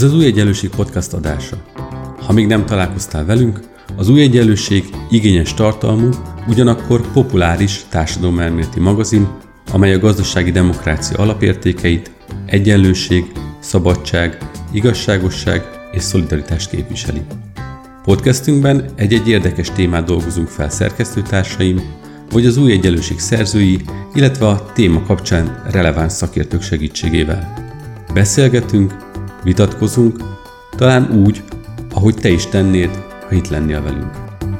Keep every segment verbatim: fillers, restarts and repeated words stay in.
Ez az Új Egyenlőség podcast adása. Ha még nem találkoztál velünk, az Új Egyenlőség igényes tartalmú, ugyanakkor populáris társadalomelméleti magazin, amely a gazdasági demokrácia alapértékeit, egyenlőség, szabadság, igazságosság és szolidaritást képviseli. Podcastünkben egy-egy érdekes témát dolgozunk fel szerkesztőtársaim, vagy az Új Egyenlőség szerzői, illetve a téma kapcsán releváns szakértők segítségével. Beszélgetünk, vitatkozunk, talán úgy, ahogy te is tennéd, ha itt lennél velünk.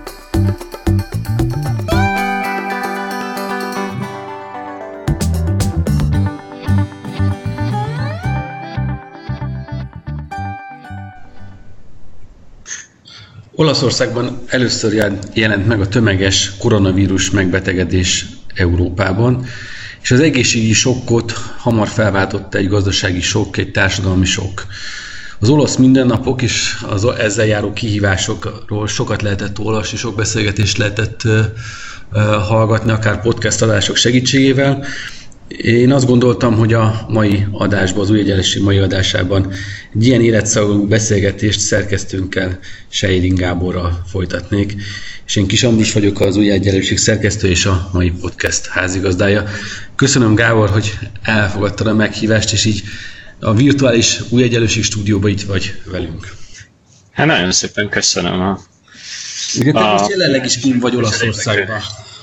Olaszországban először jelent meg a tömeges koronavírus megbetegedés Európában, és az egészségügyi sokkot hamar felváltotta egy gazdasági sok, egy társadalmi sok. Az olasz mindennapok és az ezzel járó kihívásokról sokat lehetett olvasni, sok beszélgetést lehetett uh, uh, hallgatni, akár podcast adások segítségével. Én azt gondoltam, hogy a mai adásban, az Új Egyenlőség mai adásában egy ilyen életszagú beszélgetést szerkesztőnkkel, Seiring Gáborral folytatnék. És én Kis Ambrus vagyok, az Új Egyenlőség szerkesztő és a mai podcast házigazdája. Köszönöm, Gábor, hogy elfogadtad a meghívást, és így a virtuális Új Egyenlőség stúdióban itt vagy velünk. Hát nagyon szépen köszönöm. A... Igen, te a... most jelenleg is kint vagy Olaszországban.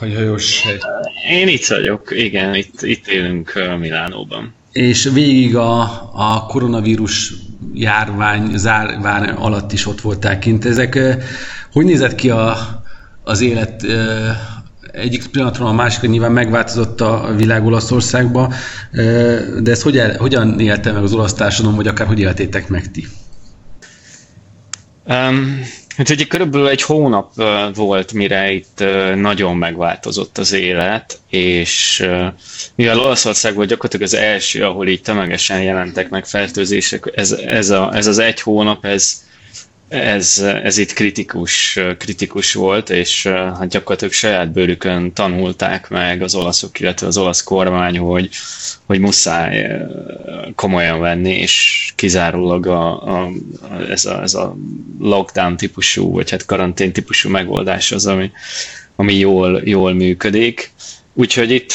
Én itt vagyok, igen, itt, itt élünk Milánóban. És végig a, a koronavírus járvány, zárvány alatt is ott voltál kint. Ezek, hogy nézett ki a, az élet? Egyik pillanatról a másikra nyilván megváltozott a világ Olaszországban, de ezt hogyan, hogyan élte meg az olasz társadalom, vagy akár hogy éltétek meg ti? Um... Hát ugye körülbelül egy hónap volt, mire itt nagyon megváltozott az élet, és mivel Olaszország volt gyakorlatilag az első, ahol így tömegesen jelentek meg fertőzések, ez, ez, a, ez az egy hónap, ez, ez, ez itt kritikus, kritikus volt, és hát gyakorlatilag saját bőrükön tanulták meg az olaszok, illetve az olasz kormány, hogy, hogy muszáj komolyan venni, és kizárólag a, a, ez, a, ez a lockdown típusú, vagy hát karantén típusú megoldás az, ami, ami jól, jól működik. Úgyhogy itt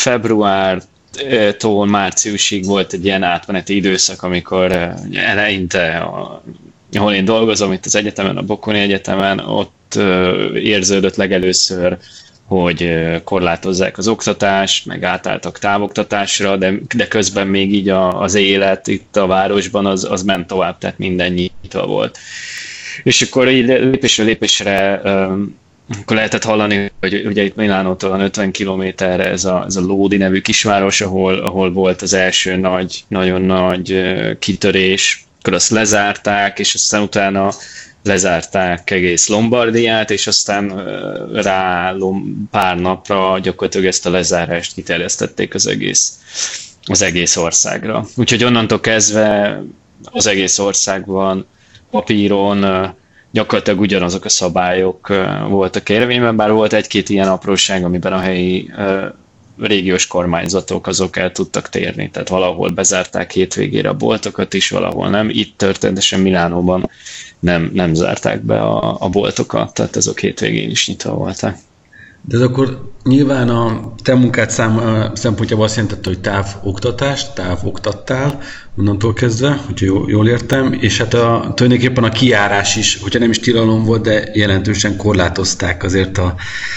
februártól márciusig volt egy ilyen átmeneti időszak, amikor eleinte, a, ahol én dolgozom, itt az egyetemen, a Bocconi Egyetemen, ott érződött legelőször, hogy korlátozzák az oktatást, meg átálltak távoktatásra, de, de közben még így a, az élet itt a városban az, az ment tovább, tehát minden nyitva volt. És akkor így lépésről lépésre um, akkor lehetett hallani, hogy ugye itt Milánótól ötven kilométerre ez a, ez a Lodi nevű kisváros, ahol, ahol volt az első nagy, nagyon nagy uh, kitörés, akkor azt lezárták, és aztán utána lezárták egész Lombardiát, és aztán rá pár napra gyakorlatilag ezt a lezárást kiterjesztették az egész, az egész országra. Úgyhogy onnantól kezdve az egész országban, papíron gyakorlatilag ugyanazok a szabályok voltak érvényben, bár volt egy-két ilyen apróság, amiben a helyi régiós kormányzatok azok el tudtak térni, tehát valahol bezárták hétvégére a boltokat is, valahol nem. Itt történetesen Milánóban nem, nem zárták be a, a boltokat, tehát azok hétvégén is nyitva voltak. De ez akkor nyilván a te munkád szám, szempontjából azt jelentette, hogy távoktatást, távoktattál onnantól kezdve, hogyha jól, jól értem, és hát a, tulajdonképpen a kijárás is, hogyha nem is tilalom volt, de jelentősen korlátozták azért a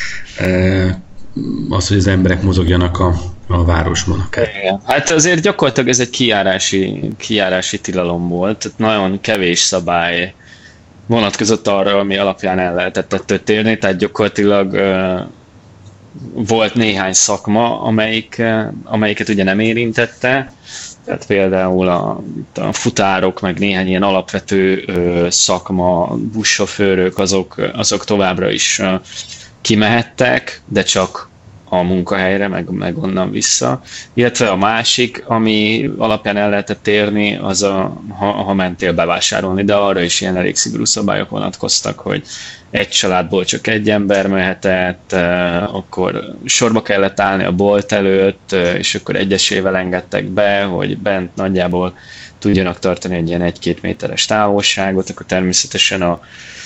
e, az, hogy az emberek mozogjanak a, a városban. Igen. Hát azért gyakorlatilag ez egy kijárási, kijárási tilalom volt, tehát nagyon kevés szabály vonatkozott arra, ami alapján el lehetett ettől térni, tehát gyakorlatilag uh, volt néhány szakma, amelyik, uh, amelyiket ugye nem érintette, tehát például a, a futárok, meg néhány ilyen alapvető uh, szakma, buszsofőrök, azok, azok továbbra is uh, kimehettek, de csak a munkahelyre, meg, meg onnan vissza. Illetve a másik, ami alapján el lehetett érni, az a, ha, ha mentél bevásárolni, de arra is ilyen elég szigorú szabályok vonatkoztak, hogy egy családból csak egy ember mehetett, akkor sorba kellett állni a bolt előtt, és akkor egyesével engedtek be, hogy bent nagyjából tudjanak tartani egy ilyen egy-két méteres távolságot, akkor természetesen a,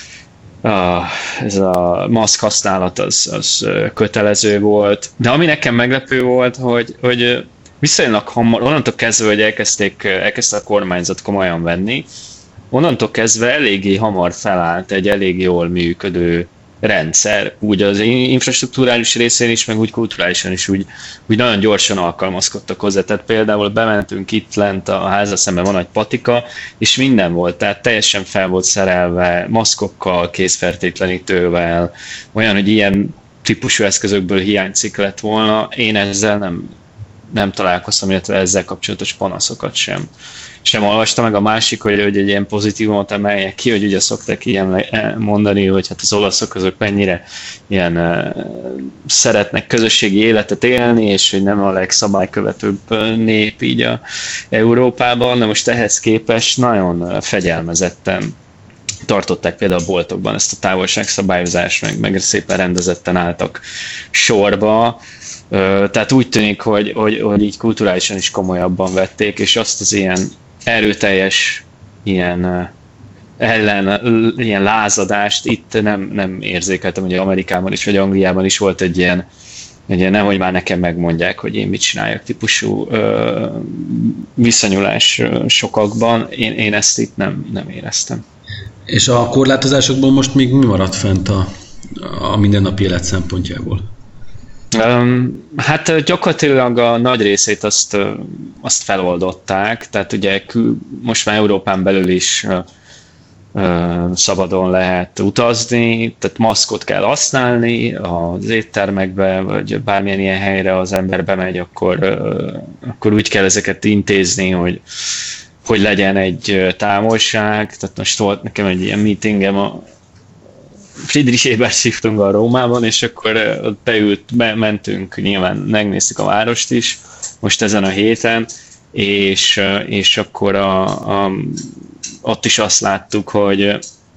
a, ez a maszk használat az, az kötelező volt. De ami nekem meglepő volt, hogy, hogy viszonylag hamar, onnantól kezdve, hogy elkezdték, elkezdte a kormányzat komolyan venni, onnantól kezdve eléggé hamar felállt egy elég jól működő rendszer, úgy az infrastruktúrális részén is, meg úgy kulturálisan is, úgy, úgy nagyon gyorsan alkalmazkodtak hozzá. Tehát például bementünk itt lent a háza szemben van egy patika, és minden volt, tehát teljesen fel volt szerelve, maszkokkal, kézfertőtlenítővel, olyan, hogy ilyen típusú eszközökből hiányzik lett volna. Én ezzel nem, nem találkoztam, illetve ezzel kapcsolatos panaszokat sem. sem olvastam, meg a másik, hogy, hogy egy ilyen pozitívumot emeljek ki, hogy ugye szokták ilyen mondani, hogy hát az olaszok azok mennyire ilyen uh, szeretnek közösségi életet élni, és hogy nem a legszabálykövetőbb nép így a Európában, de most ehhez képest nagyon fegyelmezetten tartották például a boltokban ezt a távolságszabályozást, meg, meg szépen rendezetten álltak sorba. Tehát úgy tűnik, hogy, hogy, hogy így kulturálisan is komolyabban vették, és azt az ilyen erőteljes ilyen ellen, ilyen lázadást itt nem, nem érzékeltem, hogy Amerikában is, vagy Angliában is volt egy ilyen, egy ilyen nehogy már nekem megmondják, hogy én mit csináljak típusú ö, viszonyulás sokakban. Én, én ezt itt nem, nem éreztem. És a korlátozásokból most még mi maradt fent a, a mindennapi élet szempontjából? Um, hát gyakorlatilag a nagy részét azt, azt feloldották, tehát ugye most már Európán belül is uh, uh, szabadon lehet utazni, tehát maszkot kell használni az éttermekbe, vagy bármilyen ilyen helyre az ember bemegy, akkor, uh, akkor úgy kell ezeket intézni, hogy, hogy legyen egy távolság. Tehát most volt nekem egy ilyen meetingem a Friedrich Ebert Stiftung Rómában, és akkor ott beült, bementünk, nyilván megnéztük a várost is, most ezen a héten, és, és akkor a, a, ott is azt láttuk, hogy,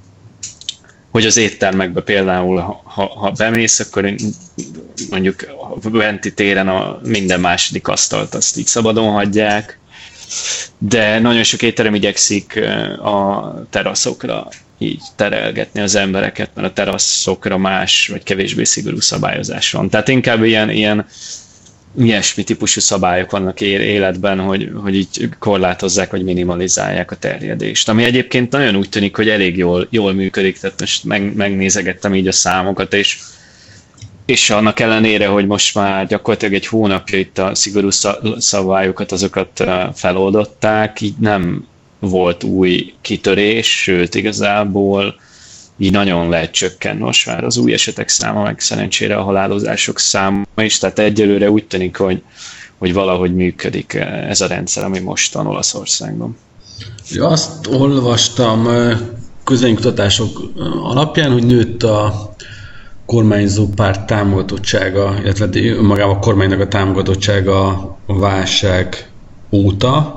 hogy az éttermekbe például, ha, ha bemész, akkor mondjuk a benti téren a minden második asztalt azt így szabadon hagyják, de nagyon sok étterem igyekszik a teraszokra így terelgetni az embereket, mert a teraszokra más, vagy kevésbé szigorú szabályozás van. Tehát inkább ilyen, ilyen ilyesmi típusú szabályok vannak életben, hogy, hogy így korlátozzák, vagy minimalizálják a terjedést. Ami egyébként nagyon úgy tűnik, hogy elég jól, jól működik, tehát most meg, megnézegettem így a számokat, és, és annak ellenére, hogy most már gyakorlatilag egy hónapja itt a szigorú szabályokat, azokat feloldották, így nem volt új kitörés, sőt igazából így nagyon lehet csökkenni most már az új esetek száma, meg szerencsére a halálozások száma is, tehát egyelőre úgy tűnik, hogy, hogy valahogy működik ez a rendszer, ami most van Olaszországban. Ja, azt olvastam közvéleménykutatások alapján, hogy nőtt a kormányzó párt támogatottsága, illetve magában a kormánynak a támogatottsága a válság óta.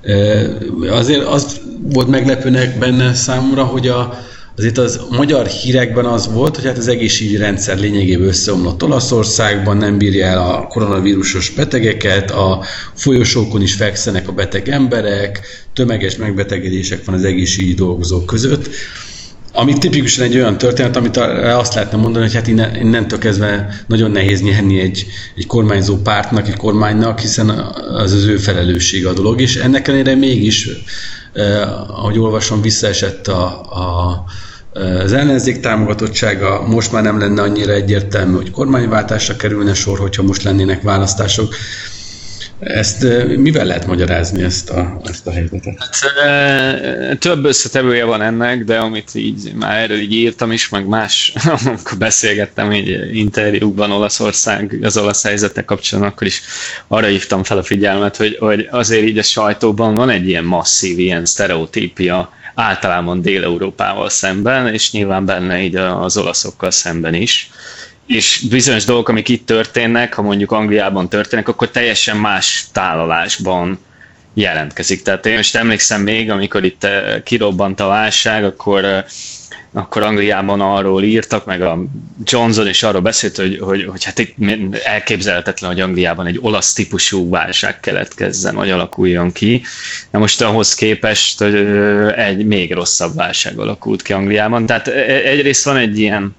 Azért az volt meglepőnek benne számomra, hogy a, azért az magyar hírekben az volt, hogy hát az egészségügyi rendszer lényegében összeomlott Olaszországban, nem bírja el a koronavírusos betegeket, a folyosókon is fekszenek a beteg emberek, tömeges megbetegedések van az egészségügyi dolgozók között. Ami tipikusan egy olyan történet, amit azt lehetne mondani, hogy hát innen, innentől kezdve nagyon nehéz nyerni egy, egy kormányzó pártnak, egy kormánynak, hiszen az az ő felelőssége a dolog, és ennek ellenére mégis, eh, ahogy olvasom, visszaesett a, a, az ellenzék támogatottsága, most már nem lenne annyira egyértelmű, hogy kormányváltásra kerülne sor, hogyha most lennének választások. Ezt mivel lehet magyarázni, ezt a, ezt a helyzetet? Hát, több összetevője van ennek, de amit így már erről így írtam is, meg más, amikor beszélgettem így interjúkban Olaszország, az olasz helyzettel kapcsolatban, akkor is arra hívtam fel a figyelmet, hogy, hogy azért így a sajtóban van egy ilyen masszív, ilyen sztereotípia általában Dél-Európával szemben, és nyilván benne így az olaszokkal szemben is. És bizonyos dolgok, amik itt történnek, ha mondjuk Angliában történnek, akkor teljesen más tálalásban jelentkezik. Tehát én most emlékszem még, amikor itt kirobbant a válság, akkor akkor Angliában arról írtak, meg a Johnson is arról beszélt, hogy, hogy, hogy hát itt elképzelhetetlen, hogy Angliában egy olasz típusú válság keletkezzen, vagy alakuljon ki. Na most ahhoz képest egy még rosszabb válság alakult ki Angliában. Tehát egyrészt van egy ilyen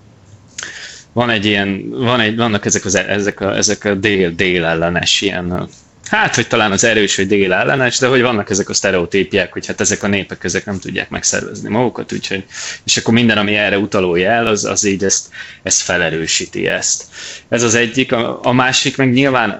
van egy ilyen, van egy, vannak ezek, az, ezek a, ezek a dél, dél ellenes ilyen, hát, hogy talán az erős, hogy dél ellenes, de hogy vannak ezek a sztereotípiák, hogy hát ezek a népek ezek nem tudják megszervezni magukat, úgyhogy, és akkor minden, ami erre utaló jel, az, az így ezt, ezt felerősíti ezt. Ez az egyik. A, a másik meg nyilván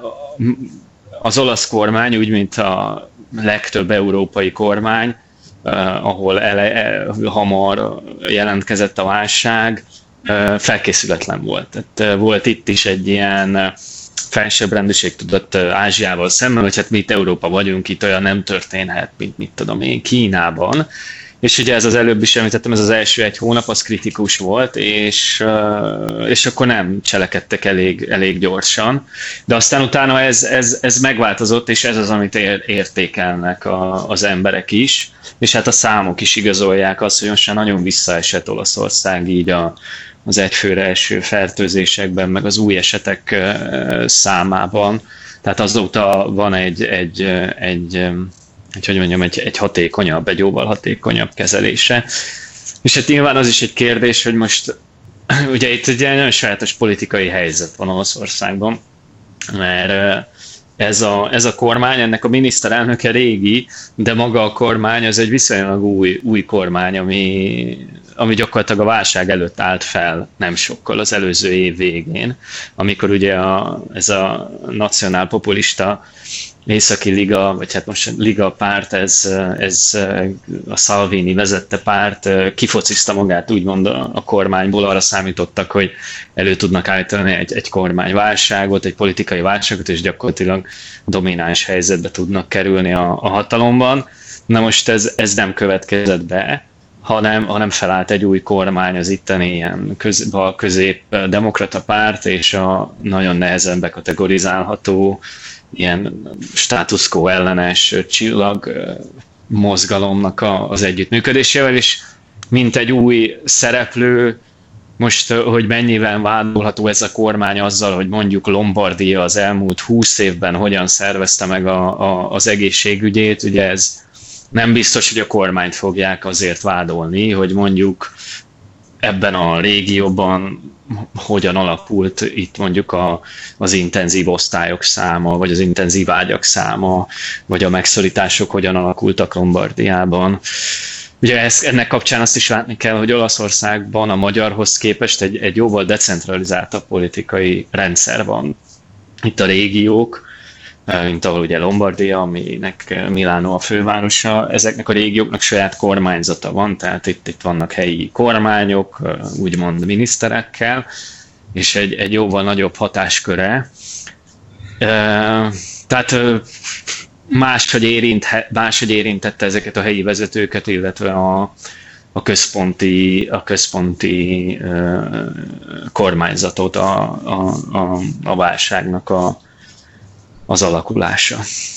az olasz kormány, úgy, mint a legtöbb európai kormány, eh, ahol ele, eh, hamar jelentkezett a válság, eh, felkészületlen volt. Tehát eh, volt itt is egy ilyen felsőbbrendűség tudott Ázsiával szemben, hogy hát mi itt Európa vagyunk, itt olyan nem történhet, mint mit tudom én, Kínában. És ugye ez az előbb is említettem, ez az első egy hónap, az kritikus volt, és, és akkor nem cselekedtek elég, elég gyorsan. De aztán utána ez, ez, ez megváltozott, és ez az, amit értékelnek a, az emberek is, és hát a számok is igazolják azt, hogy most már nagyon visszaesett Olaszország így a az egyfőre eső fertőzésekben, meg az új esetek számában. Tehát azóta van egy, egy, egy, egy hogy mondjam, egy, egy hatékonyabb, egy jóval hatékonyabb kezelése. És hát nyilván az is egy kérdés, hogy most ugye itt egy nagyon sajátos politikai helyzet van Olaszországban, mert ez a, ez a kormány, ennek a miniszterelnöke régi, de maga a kormány az egy viszonylag új, új kormány, ami, ami gyakorlatilag a válság előtt állt fel nem sokkal az előző év végén, amikor ugye a, ez a nacionálpopulista Északi Liga, vagy hát most Liga párt, ez, ez a Salvini vezette párt kifocizta magát úgymond a, a kormányból, arra számítottak, hogy elő tudnak állítani egy, egy kormányválságot, egy politikai válságot, és gyakorlatilag domináns helyzetbe tudnak kerülni a, a hatalomban. Na most ez, ez nem következett be, hanem, hanem felállt egy új kormány, az itteni ilyen köz, bal közép demokrata párt, és a nagyon nehezen bekategorizálható ilyen status quo ellenes csillag mozgalomnak a, az együttműködésével, és mint egy új szereplő, most, hogy mennyivel vádolható ez a kormány azzal, hogy mondjuk Lombardia az elmúlt húsz évben hogyan szervezte meg a, a, az egészségügyét, ugye ez nem biztos, hogy a kormányt fogják azért vádolni, hogy mondjuk ebben a régióban hogyan alakult itt mondjuk a, az intenzív osztályok száma, vagy az intenzív ágyak száma, vagy a megszorítások hogyan alakultak Lombardiában. Ugye ez, ennek kapcsán azt is látni kell, hogy Olaszországban a magyarhoz képest egy, egy jóval decentralizáltabb politikai rendszer van. Itt a régiók, mint ahol ugye Lombardia, aminek Milánó a fővárosa, ezeknek a régióknak saját kormányzata van, tehát itt, itt vannak helyi kormányok, úgymond miniszterekkel, és egy, egy jóval nagyobb hatásköre. Tehát máshogy, érint, máshogy érintette ezeket a helyi vezetőket, illetve a, a központi, a központi kormányzatot a, a, a, a válságnak a az alakulása.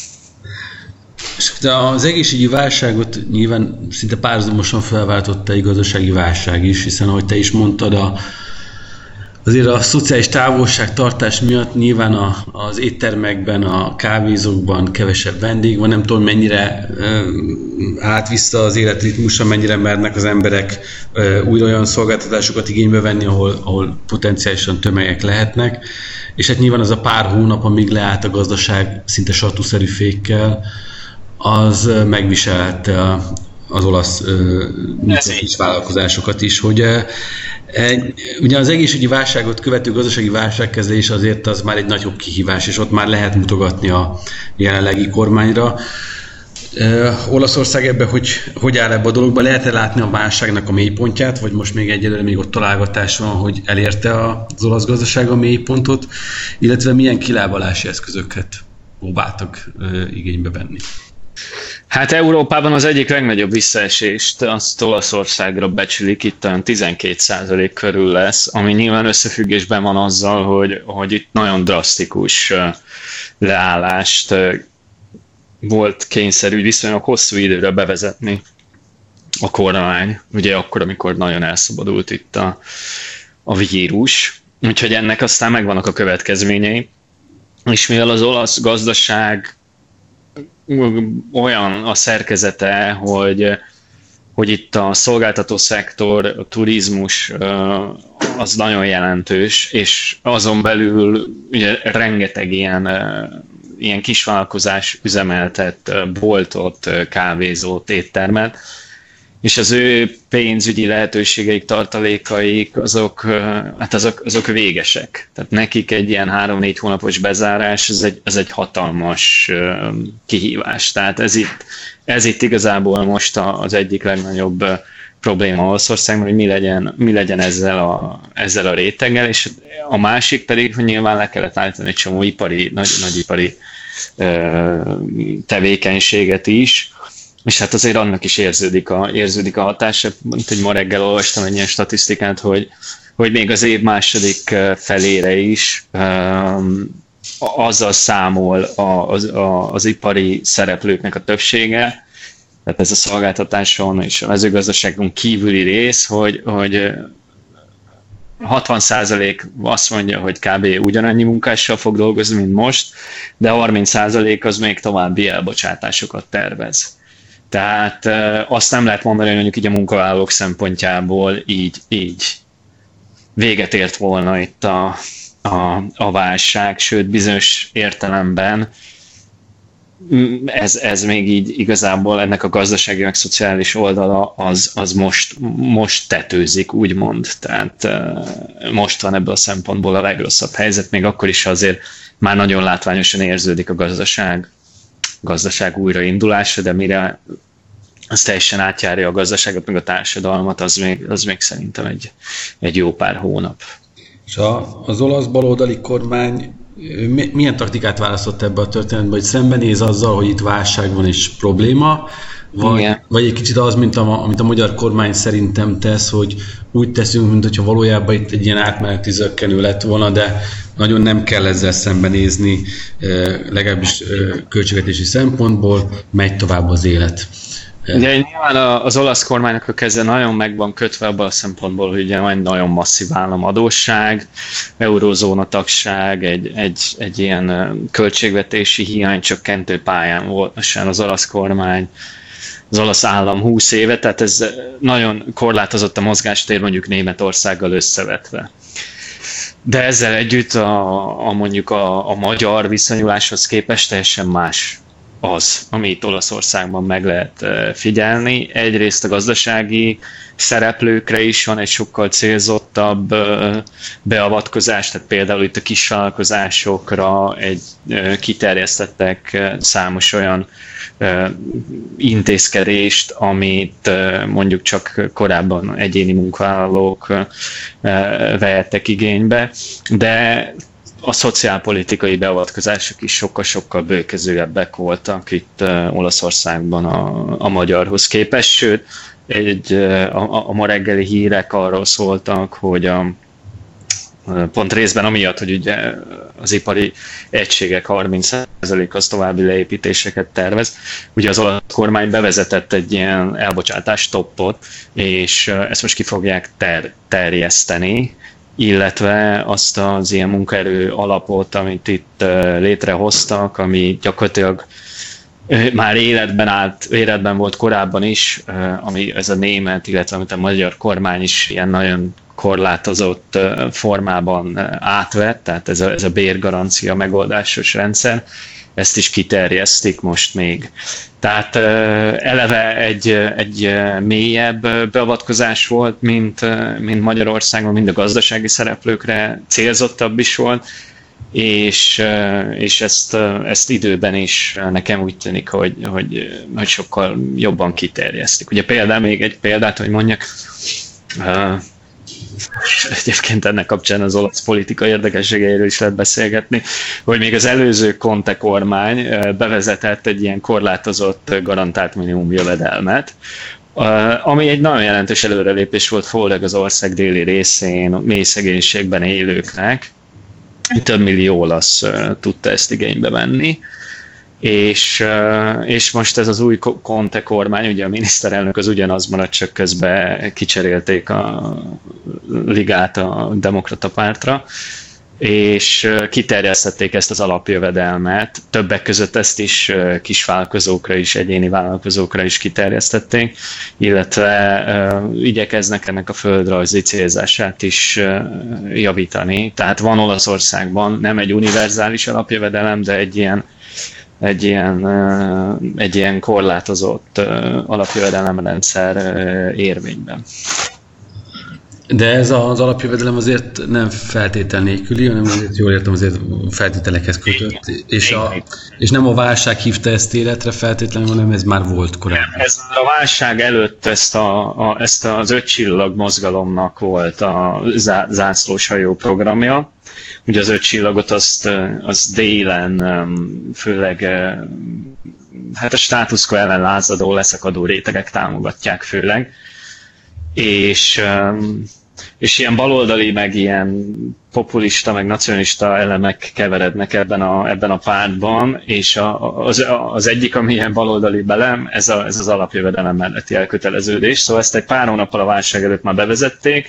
De az egészségügyi válságot nyilván szinte párhuzamosan felváltotta egy gazdasági válság is, hiszen ahogy te is mondtad, a, azért a szociális távolságtartás miatt nyilván a, az éttermekben, a kávézókban kevesebb vendég van, nem tudom mennyire át-vissza az életritmusra, mennyire mernek az emberek újra olyan szolgáltatásokat igénybe venni, ahol, ahol potenciálisan tömegek lehetnek. És hát nyilván az a pár hónap, amíg leállt a gazdaság szinte satúszerű fékkel, az megviselte az olasz kis vállalkozásokat is, hogy ugye az egészségügyi válságot követő gazdasági válságkezelés azért az már egy nagyobb kihívás, és ott már lehet mutogatni a jelenlegi kormányra. Uh, Olaszország ebben hogy, hogy áll ebbe a dologba? Lehet-e látni a válságnak a mélypontját, vagy most még egyelőre még ott találgatás van, hogy elérte az olasz gazdaság a mélypontot, illetve milyen kilábalási eszközöket próbáltak uh, igénybe venni? Hát Európában az egyik legnagyobb visszaesést azt Olaszországra becsülik, itt olyan tizenkét százalék körül lesz, ami nyilván összefüggésben van azzal, hogy, hogy itt nagyon drasztikus uh, leállást uh, volt kényszerű viszonylag hosszú időre bevezetni a kormány, ugye akkor, amikor nagyon elszabadult itt a, a vírus, úgyhogy ennek aztán megvannak a következményei, és mivel az olasz gazdaság olyan a szerkezete, hogy, hogy itt a szolgáltató szektor, a turizmus az nagyon jelentős, és azon belül ugye rengeteg ilyen, ilyen kisvállalkozás üzemeltet boltot, kávézót, éttermet, és az ő pénzügyi lehetőségeik, tartalékaik, azok, hát azok, azok végesek. Tehát nekik egy ilyen három-négy hónapos bezárás, ez egy, ez egy hatalmas kihívás. Tehát ez itt, ez itt igazából most az egyik legnagyobb probléma Olaszországban, hogy mi legyen, mi legyen ezzel, a, ezzel a réteggel, és a másik pedig, hogy nyilván le kellett állítani egy csomó ipari, nagy, nagyipari tevékenységet is, és hát azért annak is érződik a, érződik a hatása. Mint hogy ma reggel olvastam egy ilyen statisztikát, hogy, hogy még az év második felére is um, azzal számol a, az, a, az ipari szereplőknek a többsége, tehát ez a szolgáltatáson és a mezőgazdaságon kívüli rész, hogy, hogy hatvan százalék azt mondja, hogy kb. Ugyanannyi munkással fog dolgozni, mint most, de harminc százalék az még további elbocsátásokat tervez. Tehát azt nem lehet mondani, hogy mondjuk így a munkavállalók szempontjából így, így véget ért volna itt a, a, a válság, sőt bizonyos értelemben ez, ez még így igazából ennek a gazdasági meg szociális oldala az, az most, most tetőzik, úgymond. Tehát most van ebből a szempontból a legrosszabb helyzet, még akkor is azért már nagyon látványosan érződik a gazdaság gazdaság újraindulása, de mire az teljesen átjárja a gazdaságot, meg a társadalmat, az még, az még szerintem egy, egy jó pár hónap. És a, az olasz baloldali kormány milyen taktikát választott ebbe a történetbe, hogy szembenéz azzal, hogy itt válság van és probléma, vagy, vagy egy kicsit az, mint a, amit a magyar kormány szerintem tesz, hogy úgy teszünk, mint hogyha valójában itt egy ilyen átmeneti zökkenő lett volna, de nagyon nem kell ezzel szembenézni, legalábbis költségvetési szempontból, megy tovább az élet. Ugye nyilván az olasz kormánynak a keze nagyon meg van kötve abban a szempontból, hogy ugye nagyon masszív államadósság, eurózóna tagság, egy, egy, egy ilyen költségvetési hiánycsökkentő pályán volt az olasz kormány, az olasz állam húsz éve, tehát ez nagyon korlátozott a mozgástér mondjuk Németországgal összevetve. De ezzel együtt a, a mondjuk a, a magyar viszonyuláshoz képest teljesen más az, amit Olaszországban meg lehet figyelni. Egyrészt a gazdasági szereplőkre is van egy sokkal célzottabb beavatkozás, tehát például itt a kisvállalkozásokra egy kiterjesztettek számos olyan intézkedést, amit mondjuk csak korábban egyéni munkavállalók vehettek igénybe, de a szociálpolitikai beavatkozások is sokkal-sokkal bőkezőbbek voltak itt Olaszországban a, a magyarhoz képest, sőt, egy, a, a ma reggeli hírek arról szóltak, hogy a, pont részben amiatt, hogy ugye az ipari egységek harminc százalék az további leépítéseket tervez, ugye az olasz kormány bevezetett egy ilyen elbocsátás toppot, és ezt most ki fogják ter- terjeszteni, illetve azt az ilyen munkaerő alapot, amit itt létrehoztak, ami gyakorlatilag már életben állt, életben volt korábban is, ami ez a német, illetve amit a magyar kormány is ilyen nagyon korlátozott formában átvett, tehát ez a, ez a bérgarancia megoldásos rendszer, ezt is kiterjesztik most még. Tehát eleve egy, egy mélyebb beavatkozás volt, mint, mint Magyarországon, mind a gazdasági szereplőkre célzottabb is volt, és, és ezt, ezt időben is nekem úgy tűnik, hogy, hogy, hogy sokkal jobban kiterjesztik. Ugye például még egy példát, hogy mondjak, egyébként ennek kapcsán az olasz politika érdekességeiről is lehet beszélgetni, hogy még az előző Conte kormány bevezetett egy ilyen korlátozott garantált minimum jövedelmet, ami egy nagyon jelentős előrelépés volt, főleg az ország déli részén, mély szegénységben élőknek. Több millió olasz tudta ezt igénybe venni, És, és most ez az új Conte kormány, ugye a miniszterelnök az ugyanaz maradt, csak közben kicserélték a ligát a demokrata pártra, és kiterjesztették ezt az alapjövedelmet. Többek között ezt is kisvállalkozókra is, egyéni vállalkozókra is kiterjesztették, illetve uh, igyekeznek ennek a földrajzi célzását is uh, javítani. Tehát van Olaszországban nem egy univerzális alapjövedelem, de egy ilyen egy ilyen, egy ilyen korlátozott alapjövedelemrendszer érvényben. De ez az alapjövedelem azért nem feltétel nélküli, hanem azért jól értem, azért feltételekhez kötött, és, a, és nem a válság hívta ezt életre feltétlenül, hanem ez már volt korábban. Ez a válság előtt ezt, a, a, ezt az öt csillag mozgalomnak volt a zászlóshajó programja. Ugye az öt csillagot azt, az délen főleg hát a status quo ellen lázadó, leszakadó rétegek támogatják főleg, és, és ilyen baloldali, meg ilyen populista, meg nacionalista elemek keverednek ebben a, ebben a pártban, és a, az, az egyik, ami ilyen baloldali belem, ez, a, ez az alapjövedelem melletti elköteleződés. Szóval ezt egy pár hónappal a válság előtt már bevezették,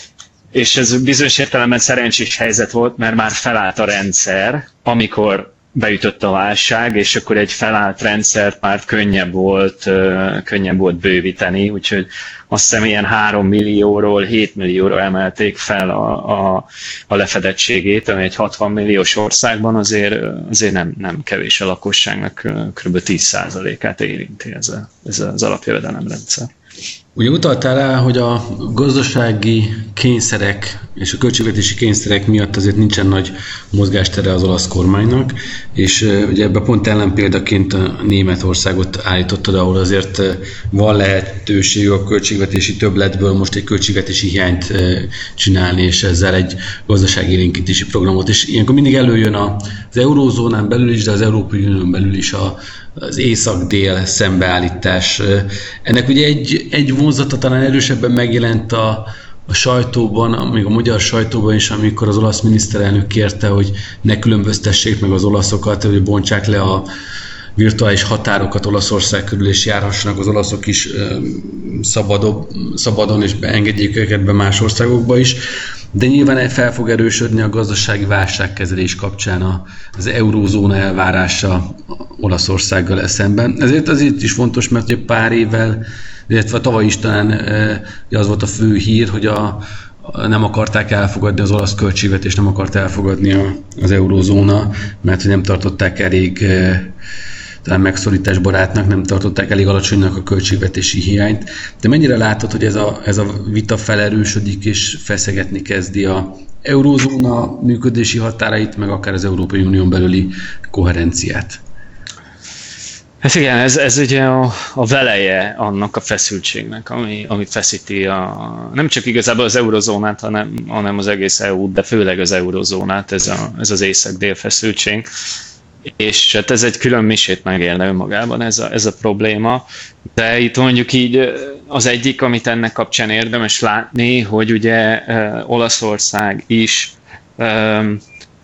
és ez bizonyos értelemben szerencsés helyzet volt, mert már felállt a rendszer, amikor beütött a válság, és akkor egy felállt rendszert már könnyebb volt, könnyebb volt bővíteni, úgyhogy azt hiszem ilyen három millióról hét millióra emelték fel a, a, a lefedettségét, ami egy hatvan milliós országban azért, azért nem, nem kevés a lakosságnak, kb. tíz százalékát érinti ez, a, ez az alapjövedelemrendszer. Ugye utaltál rá, hogy a gazdasági kényszerek és a költségvetési kényszerek miatt azért nincsen nagy mozgástere az olasz kormánynak, és ugye ebben pont ellenpéldaként a Németországot állítottad, ahol azért van lehetőség a költségvetési többletből most egy költségvetési hiányt csinálni, és ezzel egy gazdaságélénkítési programot. És ilyenkor mindig előjön az eurózónán belül is, de az Európai Unión belül is a az észak-dél szembeállítás. Ennek ugye egy, egy vonzata talán erősebben megjelent a, a sajtóban, még a magyar sajtóban is, amikor az olasz miniszterelnök kérte, hogy ne különböztessék meg az olaszokat, hogy bontsák le a virtuális határokat Olaszország körül, és járhassanak az olaszok is szabadon, szabadon és beengedjék őket be más országokba is. De nyilván fel fog erősödni a gazdasági válságkezelés kapcsán az eurózóna elvárása Olaszországgal szemben. Ezért az itt is fontos, mert ugye pár évvel, illetve tavaly is talán az volt a fő hír, hogy a, nem akarták elfogadni az olasz költségvetést, nem akart elfogadni a, az eurózóna, mert hogy nem tartották elég talán megszorításbarátnak, nem tartották elég alacsonynak a költségvetési hiányt. De mennyire látod, hogy ez a, ez a vita felerősödik és feszegetni kezdi a eurózóna működési határait, meg akár az Európai Unión belüli koherenciát? Hát igen, ez, ez ugye a, a veleje annak a feszültségnek, ami, ami feszíti a, nem csak igazából az eurozónát, hanem, hanem az egész é u-t, de főleg az eurozónát, ez, a, ez az észak-dél feszültség. És hát ez egy külön misét megérne önmagában ez a, ez a probléma, de itt mondjuk így az egyik, amit ennek kapcsán érdemes látni, hogy ugye Olaszország is um,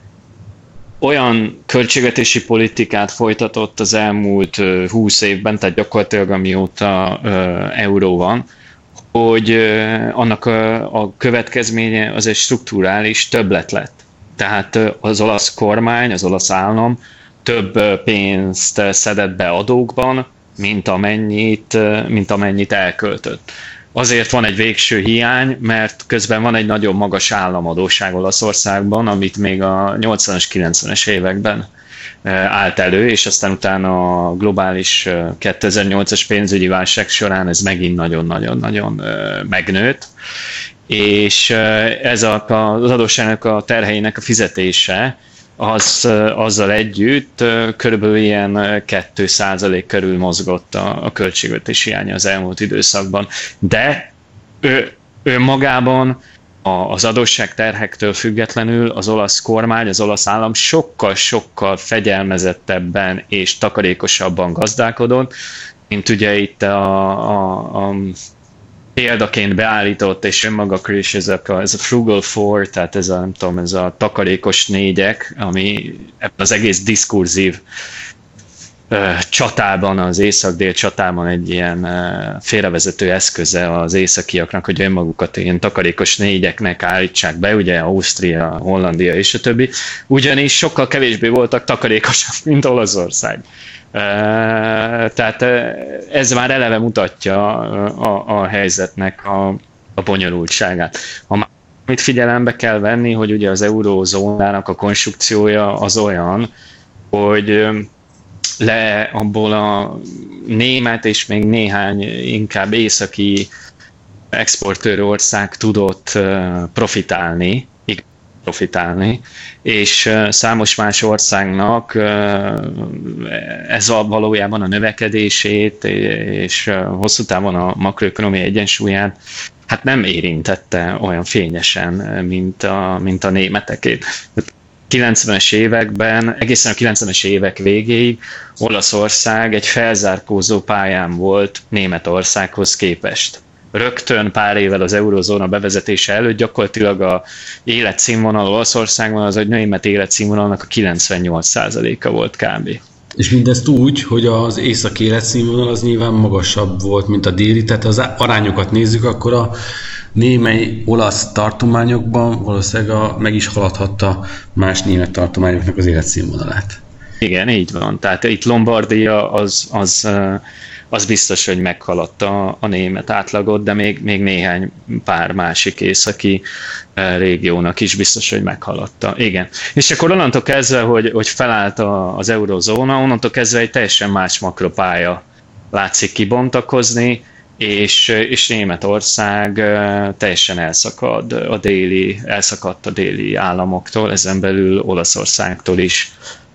olyan költségvetési politikát folytatott az elmúlt uh, húsz évben, tehát gyakorlatilag amióta uh, euró van, hogy uh, annak a, a következménye az egy strukturális többlet lett. Tehát uh, az olasz kormány, az olasz állam több pénzt szedett be adókban, mint amennyit, mint amennyit elköltött. Azért van egy végső hiány, mert közben van egy nagyon magas államadósság Olaszországban, amit még a nyolcvanas, kilencvenes években állt elő, és aztán utána a globális kétezer-nyolcas pénzügyi válság során ez megint nagyon-nagyon-nagyon megnőtt, és ez az adósságnak a terheinek a fizetése, az, azzal együtt körülbelül ilyen két százalék körül mozgott a, a költségvetési hiánya az elmúlt időszakban. De ő, ő magában az adósságterhektől függetlenül az olasz kormány, az olasz állam sokkal-sokkal fegyelmezettebben és takarékosabban gazdálkodott, mint ugye itt a, a, a példaként beállított, és önmagakról is ez a, ez a frugal four, tehát ez a, nem tudom, ez a takarékos négyek, ami ebben az egész diskurzív csatában, az észak-dél csatában egy ilyen félrevezető eszköze az északiaknak, hogy önmagukat ilyen takarékos négyeknek állítsák be, ugye Ausztria, Hollandia és a többi, ugyanis sokkal kevésbé voltak takarékosak, mint Olaszország. Tehát ez már eleve mutatja a, a helyzetnek a, a bonyolultságát. Amit figyelembe kell venni, hogy ugye az eurózónának a konstrukciója az olyan, hogy le abból a német és még néhány inkább északi exportőr ország tudott profitálni, profitálni, és számos más országnak ez a valójában a növekedését és hosszú távon a makroökonómiai egyensúlyát hát nem érintette olyan fényesen, mint a, mint a németekét. kilencvenes években, egészen a kilencvenes évek végéig Olaszország egy felzárkózó pályán volt Németországhoz képest. Rögtön pár évvel az eurozóna bevezetése előtt gyakorlatilag a életszínvonal Olaszországban az a német életszínvonalnak a kilencvennyolc százaléka volt kb. És mindezt úgy, hogy az északi életszínvonal az nyilván magasabb volt, mint a déli, tehát az arányokat nézzük, akkor a némely olasz tartományokban valószínűleg a, meg is haladhatta más német tartományoknak az életszínvonalát. Igen, így van. Tehát itt Lombardia az, az, az biztos, hogy meghaladta a német átlagot, de még, még néhány pár másik északi régiónak is biztos, hogy meghaladta. Igen. És akkor onnantól kezdve, hogy, hogy felállt az eurozóna, onnantól kezdve egy teljesen más makropálya látszik kibontakozni, és, és Németország teljesen elszakad a déli, elszakadt a déli államoktól, ezen belül Olaszországtól is.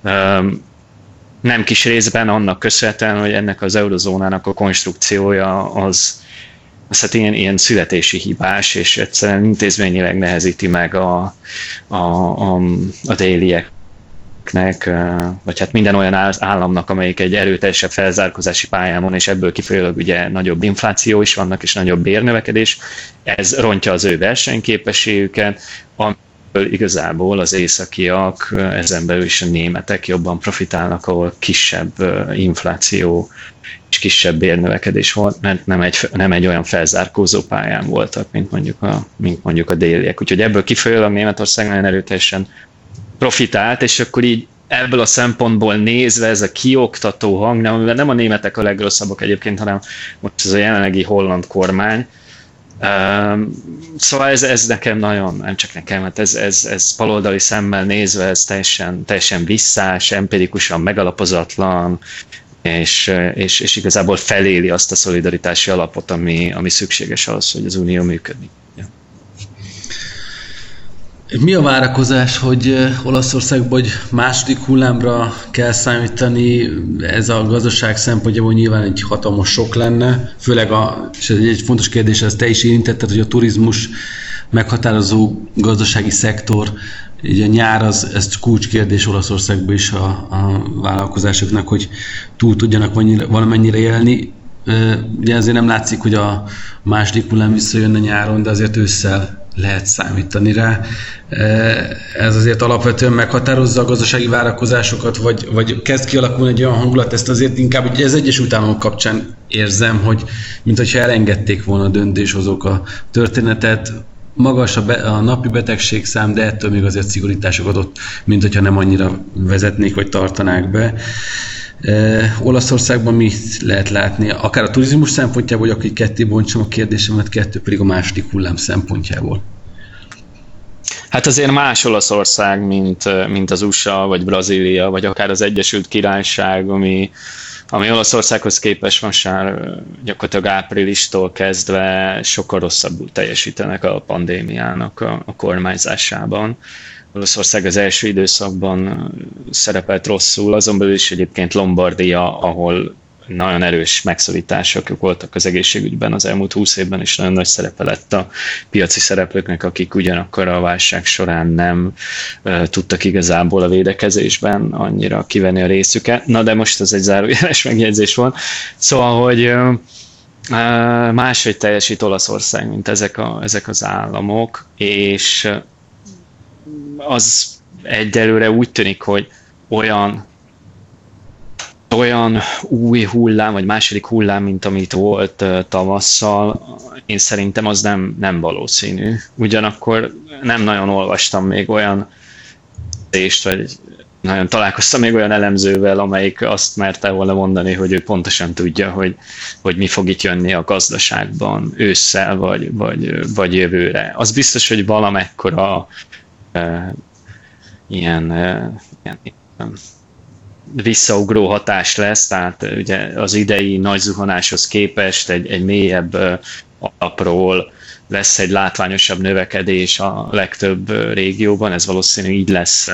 Nem kis részben annak köszönhetően, hogy ennek az eurozónának a konstrukciója az, az hát ilyen, ilyen születési hibás, és egyszerűen intézményileg nehezíti meg a, a, a, a délieknek, vagy hát minden olyan államnak, amelyik egy erőteljesebb felzárkózási pályán van, és ebből kifolyólag ugye nagyobb infláció is vannak, és nagyobb bérnövekedés. Ez rontja az ő versenyképességüket, igazából az északiak, ezen belül is a németek jobban profitálnak, ahol kisebb infláció és kisebb bérnövekedés volt, mert nem egy, nem egy olyan felzárkózó pályán voltak, mint mondjuk a, mint mondjuk a déliek. Úgyhogy ebből kifolyólag Németország nagyon erőteljesen profitált, és akkor így ebből a szempontból nézve ez a kioktató hang, nem, nem a németek a legrosszabbak egyébként, hanem most ez a jelenlegi holland kormány. Um, szóval ez, ez nekem nagyon, nem csak nekem, hát ez, ez, ez baloldali szemmel nézve, ez teljesen, teljesen visszás, empirikusan megalapozatlan, és, és, és igazából feléli azt a szolidaritási alapot, ami, ami szükséges ahhoz, hogy az unió működni. Ja. Mi a várakozás, hogy Olaszországban hogy második hullámra kell számítani? Ez a gazdaság szempontjából nyilván egy hatalmas sok lenne, főleg a, és ez egy fontos kérdés, ezt te is érintetted, hogy a turizmus meghatározó gazdasági szektor, ugye a nyár az, ez kulcskérdés Olaszországban is a, a vállalkozásoknak, hogy túl tudjanak valamennyire élni. Ugye azért nem látszik, hogy a második hullám visszajönne nyáron, de azért ősszel lehet számítani rá. Ez azért alapvetően meghatározza a gazdasági várakozásokat, vagy, vagy kezd kialakulni egy olyan hangulat, ezt azért inkább ugye az Egyesült Államok kapcsán érzem, hogy mint hogyha elengedték volna a döntéshozók a történetet, magas a, be, a napi betegségszám, de ettől még azért szigorításokat ott, mint hogyha nem annyira vezetnék, vagy tartanák be. Uh, Olaszországban mi lehet látni, akár a turizmus szempontjából, vagy akár ketté bontsam a kérdésemet, kettő pedig a második hullám szempontjából. Hát azért más Olaszország, mint, mint az u es á, vagy Brazília, vagy akár az Egyesült Királyság, ami, ami Olaszországhoz képest most már gyakorlatilag áprilistól kezdve sokkal rosszabbul teljesítenek a pandémiának a, a kormányzásában. Olaszország az első időszakban szerepelt rosszul, azon belül is egyébként Lombardia, ahol nagyon erős megszorítások voltak az egészségügyben az elmúlt húsz évben, és nagyon nagy szerepe lett a piaci szereplőknek, akik ugyanakkor a válság során nem uh, tudtak igazából a védekezésben annyira kivenni a részüket. Na de most ez egy zárójeles megjegyzés volt. Szóval, hogy uh, máshogy teljesít Olaszország, mint ezek, a, ezek az államok, és az egyelőre úgy tűnik, hogy olyan olyan új hullám, vagy második hullám, mint amit volt tavasszal, én szerintem az nem, nem valószínű. Ugyanakkor nem nagyon olvastam még olyan részt, vagy nagyon találkoztam még olyan elemzővel, amelyik azt merte volna mondani, hogy ő pontosan tudja, hogy, hogy mi fog itt jönni a gazdaságban ősszel, vagy, vagy, vagy jövőre. Az biztos, hogy valamekkora e, ilyen, e, ilyen visszaugró hatás lesz, tehát ugye az idei nagy zuhanáshoz képest egy, egy mélyebb alapról lesz egy látványosabb növekedés a legtöbb régióban, ez valószínű így lesz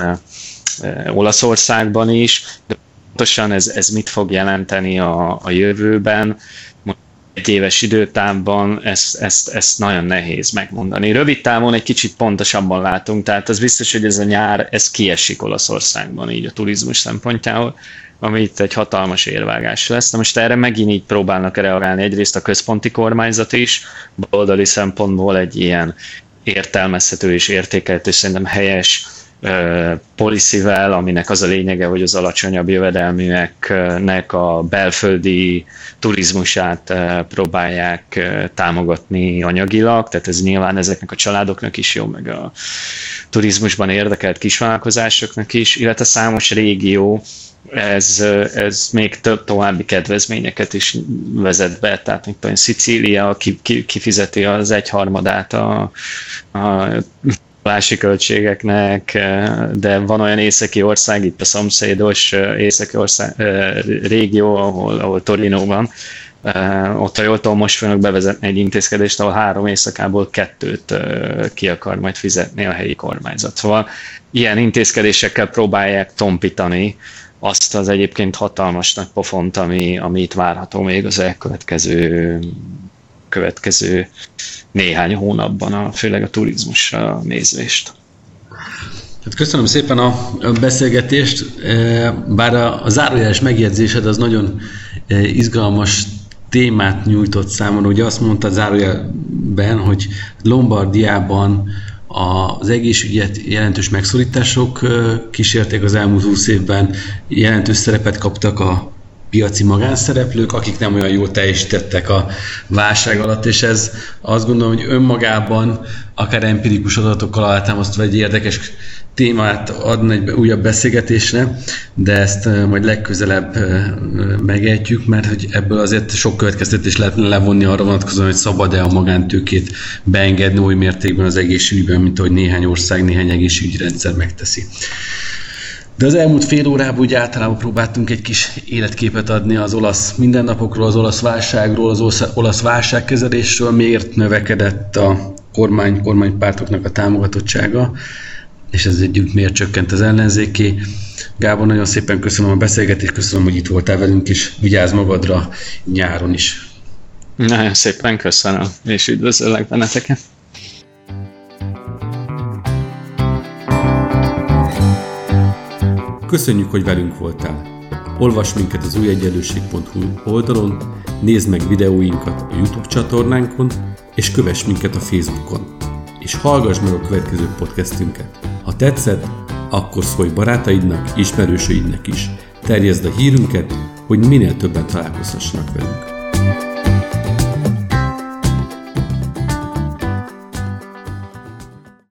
Olaszországban is, de pontosan ez, ez mit fog jelenteni a, a jövőben, egy éves időtávban ezt, ezt, ezt nagyon nehéz megmondani. Rövid távon egy kicsit pontosabban látunk, tehát az biztos, hogy ez a nyár, ez kiesik Olaszországban így a turizmus szempontjából, ami itt egy hatalmas érvágás lesz. Na most erre megint így próbálnak reagálni egyrészt a központi kormányzat is, baloldali szempontból egy ilyen értelmezhető és értékelhető, szerintem helyes Uh, policyvel, aminek az a lényege, hogy az alacsonyabb jövedelműeknek a belföldi turizmusát uh, próbálják uh, támogatni anyagilag, tehát ez nyilván ezeknek a családoknak is jó, meg a turizmusban érdekelt kisvállalkozásoknak is, illetve számos régió ez, ez még több további kedvezményeket is vezet be, tehát mint például Szicília kifizeti az egyharmadát a, a városi költségeknek, de van olyan északi ország, itt a szomszédos északi ország, régió, ahol, ahol Torino van, ott a jól tudom, most fognak bevezetni egy intézkedést, ahol három éjszakából kettőt ki akar majd fizetni a helyi kormányzat. Szóval ilyen intézkedésekkel próbálják tompítani azt az egyébként hatalmas nagy pofont, ami, ami itt várható még az elkövetkező következő néhány hónapban, a, főleg a turizmusra nézvést. Hát köszönöm szépen a beszélgetést, bár a, a zárójeles megjegyzésed az nagyon izgalmas témát nyújtott számomra. Ugye azt mondta zárójelben, hogy Lombardiában az egészségügyet jelentős megszorítások kísérték az elmúlt húsz évben, jelentős szerepet kaptak a piaci magánszereplők, akik nem olyan jól teljesítettek a válság alatt, és ez azt gondolom, hogy önmagában akár empirikus adatokkal alátámasztva egy érdekes témát adna egy újabb beszélgetésre, de ezt majd legközelebb megejtjük, mert hogy ebből azért sok következtetést lehetne levonni arra vonatkozóan, hogy szabad-e a magántőkét beengedni oly mértékben az egészségügyben, mint ahogy néhány ország, néhány egészségügyi rendszer megteszi. De az elmúlt fél órában úgy általában próbáltunk egy kis életképet adni az olasz mindennapokról, az olasz válságról, az olasz válságkezelésről, miért növekedett a kormány, kormánypártoknak a támogatottsága, és ez együtt miért csökkent az ellenzéké. Gábor, nagyon szépen köszönöm a beszélgetést, köszönöm, hogy itt voltál velünk, és vigyázz magadra nyáron is. Nagyon szépen köszönöm, és üdvözöllek benneteket. Köszönjük, hogy velünk voltál! Olvasd minket az új egyenlőség pont hu oldalon, nézd meg videóinkat a YouTube csatornánkon, és kövess minket a Facebookon. És hallgass meg a következő podcastünket. Ha tetszett, akkor szólj barátaidnak, ismerősöidnek is. Terjeszd a hírünket, hogy minél többen találkozhassanak velünk.